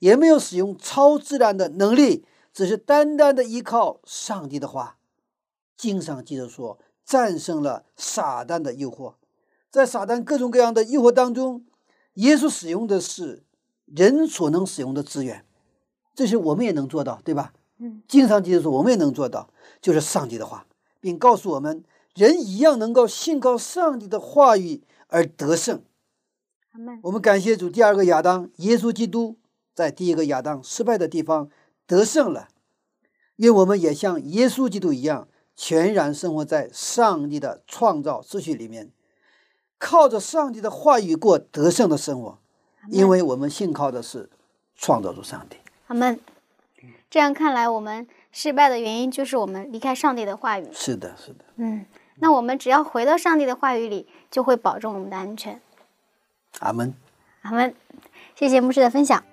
也没有使用超自然的能力，只是单单的依靠上帝的话。经上记着说，战胜了撒旦的诱惑。在撒旦各种各样的诱惑当中，耶稣使用的是人所能使用的资源，这是我们也能做到，对吧？ 嗯， 经上记着说，我们也能做到，就是上帝的话，并告诉我们，人一样能够信靠上帝的话语而得胜。 阿们。 我们感谢主，第二个亚当耶稣基督在第一个亚当失败的地方得胜了。愿我们也像耶稣基督一样，全然生活在上帝的创造秩序里面，靠着上帝的话语过得胜的生活，因为我们信靠的是创造主上帝。 阿们。这样看来，我们失败的原因就是我们离开上帝的话语。 是的，是的。 嗯，那我们只要回到上帝的话语里，就会保证我们的安全。 阿们。 阿们。谢谢牧师的分享。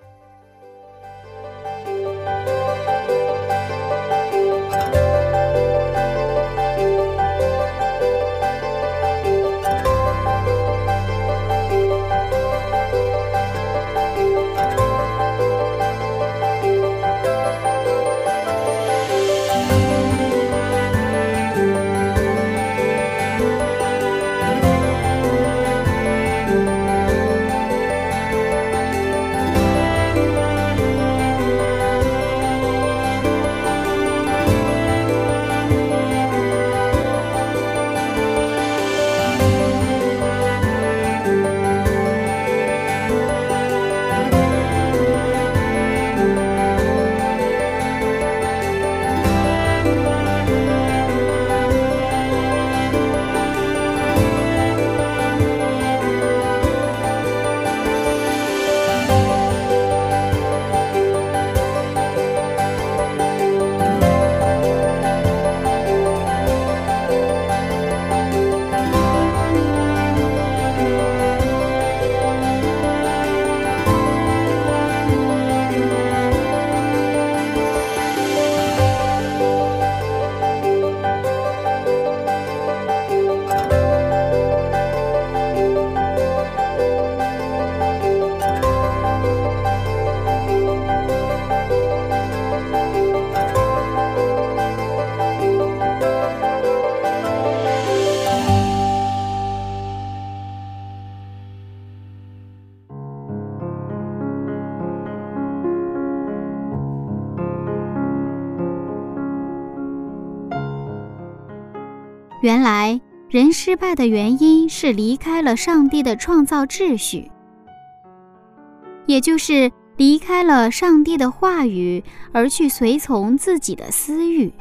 原来人失败的原因是离开了上帝的创造秩序，也就是离开了上帝的话语，而去随从自己的私欲。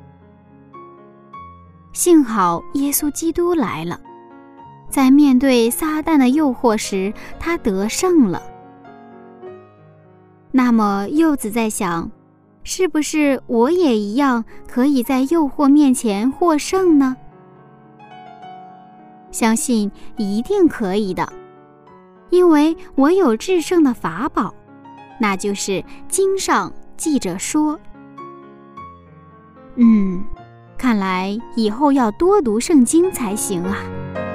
幸好耶稣基督来了，在面对撒旦的诱惑时，他得胜了。那么柚子在想，是不是我也一样可以在诱惑面前获胜呢？相信一定可以的，因为我有制胜的法宝，那就是经上记着说。嗯，看来以后要多读圣经才行啊。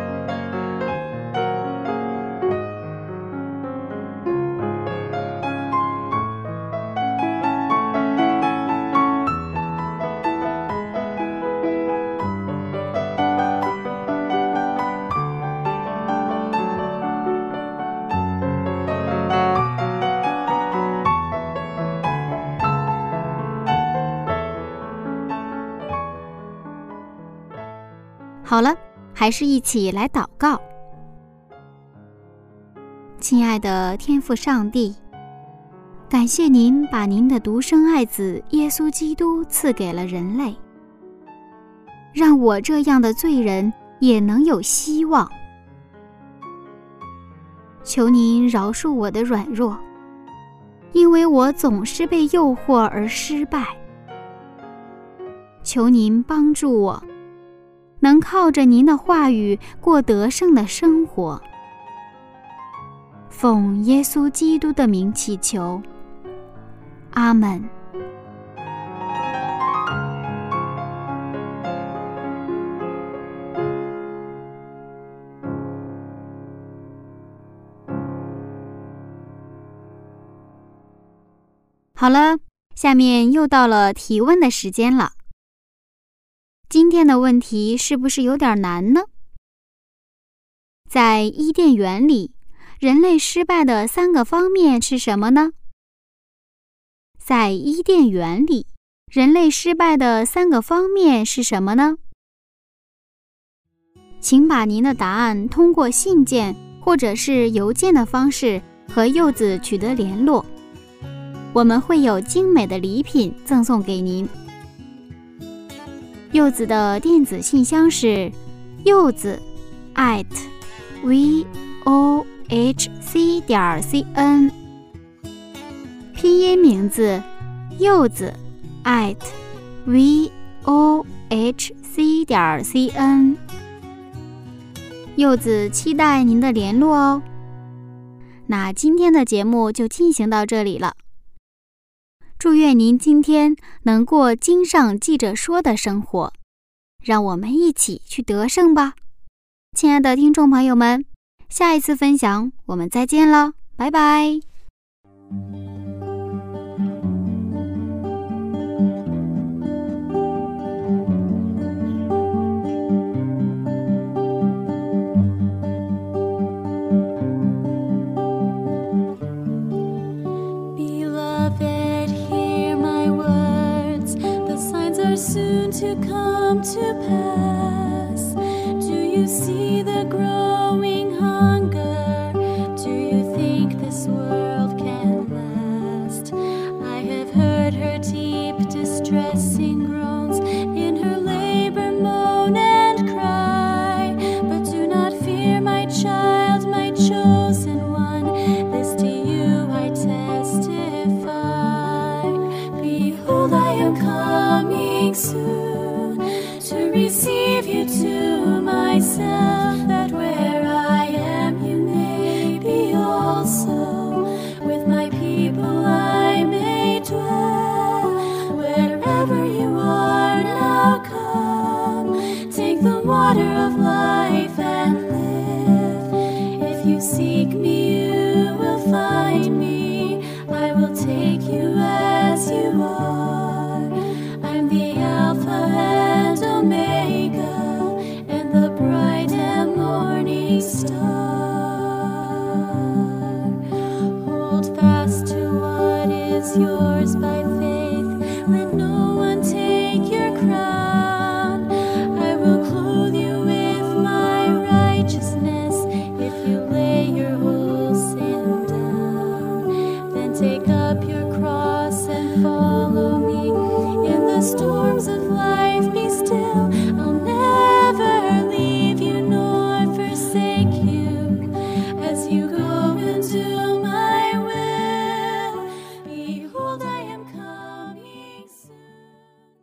好了，还是一起来祷告。亲爱的天父上帝，感谢您把您的独生爱子耶稣基督赐给了人类，让我这样的罪人也能有希望。求您饶恕我的软弱，因为我总是被诱惑而失败。求您帮助我，能靠着您的话语过得胜的生活。奉耶稣基督的名祈求，阿们。 好了，下面又到了提问的时间了。今天的问题是不是有点难呢？在伊甸园里，人类失败的三个方面是什么呢？在伊甸园里，人类失败的三个方面是什么呢？请把您的答案通过信件或者是邮件的方式和柚子取得联络，我们会有精美的礼品赠送给您。柚子的电子信箱是柚子 at v o h c 点 c n， 拼音名字柚子 at v o h c 点 c n。 柚子期待您的联络哦。那今天的节目就进行到这里了，祝愿您今天能过经上记着说的生活，让我们一起去得胜吧。亲爱的听众朋友们，下一次分享我们再见了，拜拜。 Soon to come to pass. Do you see the growing hunger? Do you think this world can last? I have heard her deep distressing groans, in her labor moan and cry. But do not fear, my child, my chosen one, this to you I testify. Behold, I am coming soon to receive